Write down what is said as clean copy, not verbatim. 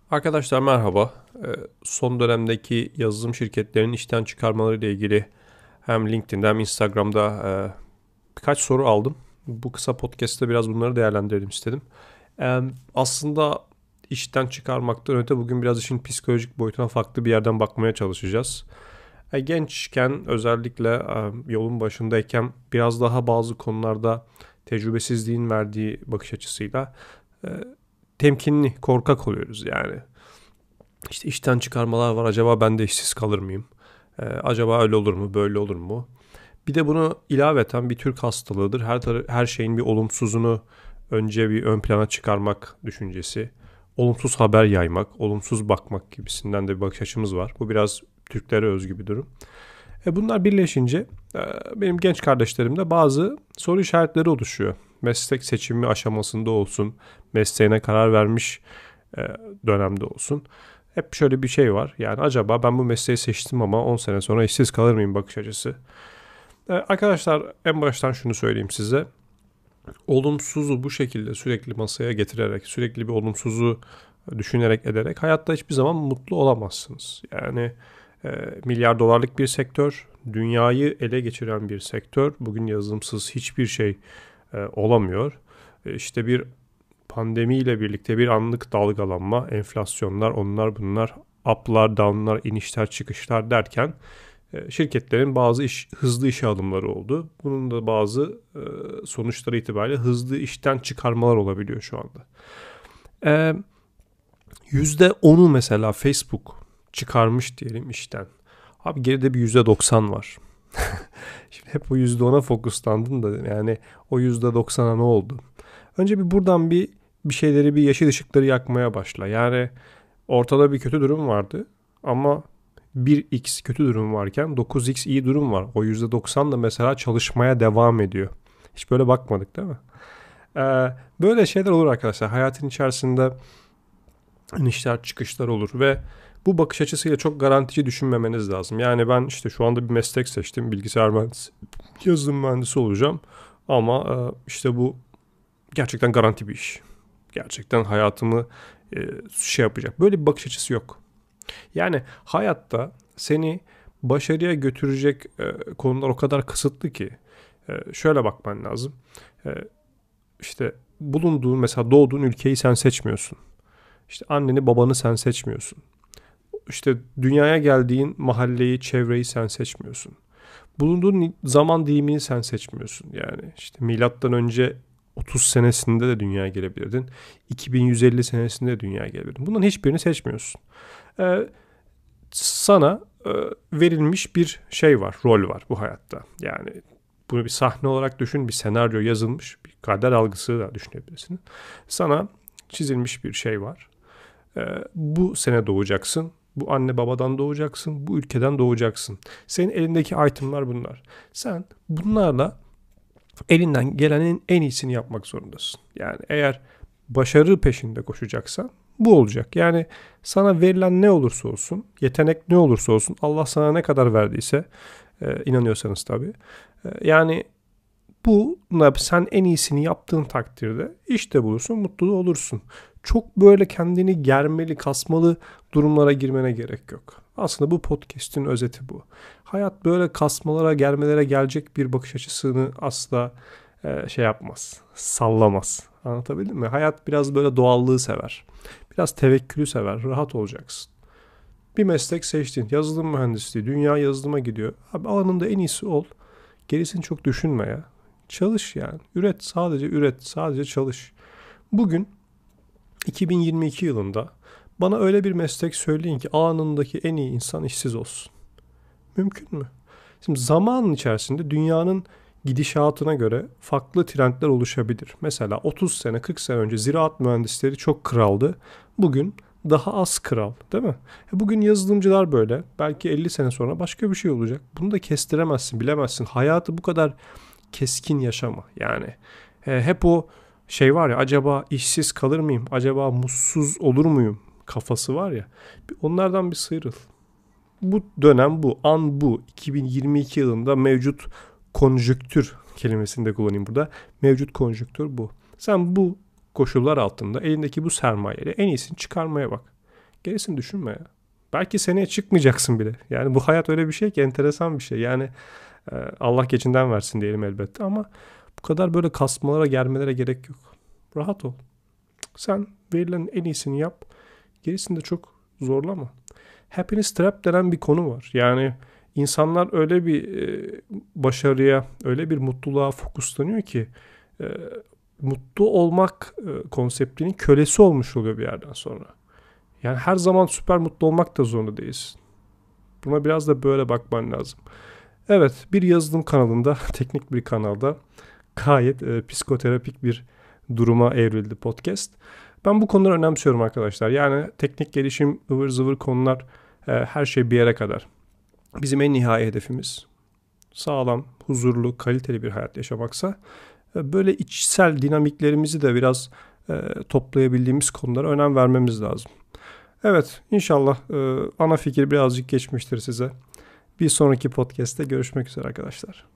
Arkadaşlar merhaba. Son dönemdeki yazılım şirketlerinin işten çıkarmaları ile ilgili hem LinkedIn'de hem Instagram'da birkaç soru aldım. Bu kısa podcast'te biraz bunları değerlendirelim istedim. Aslında işten çıkarmaktan öte bugün biraz işin psikolojik boyutuna farklı bir yerden bakmaya çalışacağız. Gençken özellikle yolun başındayken biraz daha bazı konularda tecrübesizliğin verdiği bakış açısıyla e, temkinli, korkak oluyoruz yani. İşte işten çıkarmalar var. Acaba ben de işsiz kalır mıyım? Acaba öyle olur mu? Böyle olur mu? Bir de bunu ilaveten bir Türk hastalığıdır. Her şeyin bir olumsuzunu önce bir ön plana çıkarmak düşüncesi. Olumsuz haber yaymak, olumsuz bakmak gibisinden de bir bakış açımız var. Bu biraz Türklere özgü bir durum. Bunlar birleşince benim genç kardeşlerimde bazı soru işaretleri oluşuyor. Meslek seçimi aşamasında olsun, mesleğine karar vermiş e, dönemde olsun. Hep şöyle bir şey var. Yani acaba ben bu mesleği seçtim ama 10 sene sonra işsiz kalır mıyım bakış açısı. Arkadaşlar en baştan şunu söyleyeyim size. Olumsuzu bu şekilde sürekli masaya getirerek, sürekli bir olumsuzu düşünerek ederek hayatta hiçbir zaman mutlu olamazsınız. Yani milyar dolarlık bir sektör, dünyayı ele geçiren bir sektör. Bugün yazılımsız hiçbir şey olamıyor. İşte bir pandemiyle birlikte bir anlık dalgalanma, enflasyonlar, onlar bunlar, up'lar, down'lar, inişler, çıkışlar derken şirketlerin bazı hızlı işe alımları oldu. Bunun da bazı sonuçları itibariyle hızlı işten çıkarmalar olabiliyor şu anda. %10'u mesela Facebook çıkarmış diyelim işten. Abi geride bir %90 var. Şimdi hep o %10'a fokuslandın da yani o %90'a ne oldu? Önce bir buradan bir şeyleri bir yeşil ışıkları yakmaya başla. Yani ortada bir kötü durum vardı ama 1x kötü durum varken 9x iyi durum var. O %90 da mesela çalışmaya devam ediyor. Hiç böyle bakmadık değil mi? Böyle şeyler olur arkadaşlar. Hayatın içerisinde inişler çıkışlar olur ve bu bakış açısıyla çok garantici düşünmemeniz lazım. Yani ben işte şu anda bir meslek seçtim. Bilgisayar mühendisi, yazılım mühendisi olacağım. Ama işte bu gerçekten garanti bir iş. Gerçekten hayatımı şey yapacak. Böyle bir bakış açısı yok. Yani hayatta seni başarıya götürecek konular o kadar kısıtlı ki şöyle bakman lazım. E, işte bulunduğun mesela doğduğun ülkeyi sen seçmiyorsun. İşte anneni babanı sen seçmiyorsun. İşte dünyaya geldiğin mahalleyi, çevreyi sen seçmiyorsun. Bulunduğun zaman dilimini sen seçmiyorsun. Yani işte milattan önce 30 senesinde de dünyaya gelebilirdin. 2150 senesinde de dünyaya gelebilirdin. Bunların hiçbirini seçmiyorsun. Sana verilmiş bir şey var, rol var bu hayatta. Yani bunu bir sahne olarak düşün, bir senaryo yazılmış, bir kader algısı da düşünebilirsin. Sana çizilmiş bir şey var. Bu sene doğacaksın. Bu anne babadan doğacaksın. Bu ülkeden doğacaksın. Senin elindeki itemlar bunlar. Sen bunlarla elinden gelenin en iyisini yapmak zorundasın. Yani eğer başarı peşinde koşacaksan bu olacak. Yani sana verilen ne olursa olsun, yetenek ne olursa olsun, Allah sana ne kadar verdiyse, inanıyorsanız tabii. Yani buna sen en iyisini yaptığın takdirde işte bulursun, mutlu olursun. Çok böyle kendini germeli, kasmalı durumlara girmene gerek yok. Aslında bu podcast'in özeti bu. Hayat böyle kasmalara, germelere gelecek bir bakış açısını asla şey yapmaz, sallamaz. Anlatabildim mi? Hayat biraz böyle doğallığı sever. Biraz tevekkülü sever, rahat olacaksın. Bir meslek seçtin, yazılım mühendisliği, dünya yazılıma gidiyor. Abi alanında en iyisi ol. Gerisini çok düşünme ya. Çalış yani. Üret, sadece üret, sadece çalış. Bugün 2022 yılında bana öyle bir meslek söyleyin ki alanındaki en iyi insan işsiz olsun. Mümkün mü? Şimdi zamanın içerisinde dünyanın gidişatına göre farklı trendler oluşabilir. Mesela 30 sene 40 sene önce ziraat mühendisleri çok kraldı. Bugün daha az kral, değil mi? Bugün yazılımcılar böyle. Belki 50 sene sonra başka bir şey olacak. Bunu da kestiremezsin, bilemezsin. Hayatı bu kadar keskin yaşama. Yani hep o şey var ya, acaba işsiz kalır mıyım? Acaba mutsuz olur muyum? Kafası var ya. Onlardan bir sıyrıl. Bu dönem bu, an bu. 2022 yılında mevcut konjüktür kelimesini de kullanayım burada. Mevcut konjüktür bu. Sen bu koşullar altında elindeki bu sermayeyle en iyisini çıkarmaya bak. Gerisini düşünme ya. Belki seneye çıkmayacaksın bile. Yani bu hayat öyle bir şey ki, enteresan bir şey. Yani Allah geçinden versin diyelim elbette ama bu kadar böyle kasmalara, germelere gerek yok. Rahat ol. Sen verilenin en iyisini yap. Gerisini de çok zorlama. Happiness trap denen bir konu var. Yani insanlar öyle bir başarıya, öyle bir mutluluğa fokuslanıyor ki mutlu olmak konseptinin kölesi olmuş oluyor bir yerden sonra. Yani her zaman süper mutlu olmak da zorunda değilsin. Buna biraz da böyle bakman lazım. Evet, bir yazılım kanalında, teknik bir kanalda gayet psikoterapik bir duruma evrildi podcast. Ben bu konuları önemsiyorum arkadaşlar. Yani teknik gelişim, ıvır zıvır konular, her şey bir yere kadar. Bizim en nihai hedefimiz sağlam, huzurlu, kaliteli bir hayat yaşamaksa böyle içsel dinamiklerimizi de biraz toplayabildiğimiz konulara önem vermemiz lazım. Evet, inşallah ana fikir birazcık geçmiştir size. Bir sonraki podcast'te görüşmek üzere arkadaşlar.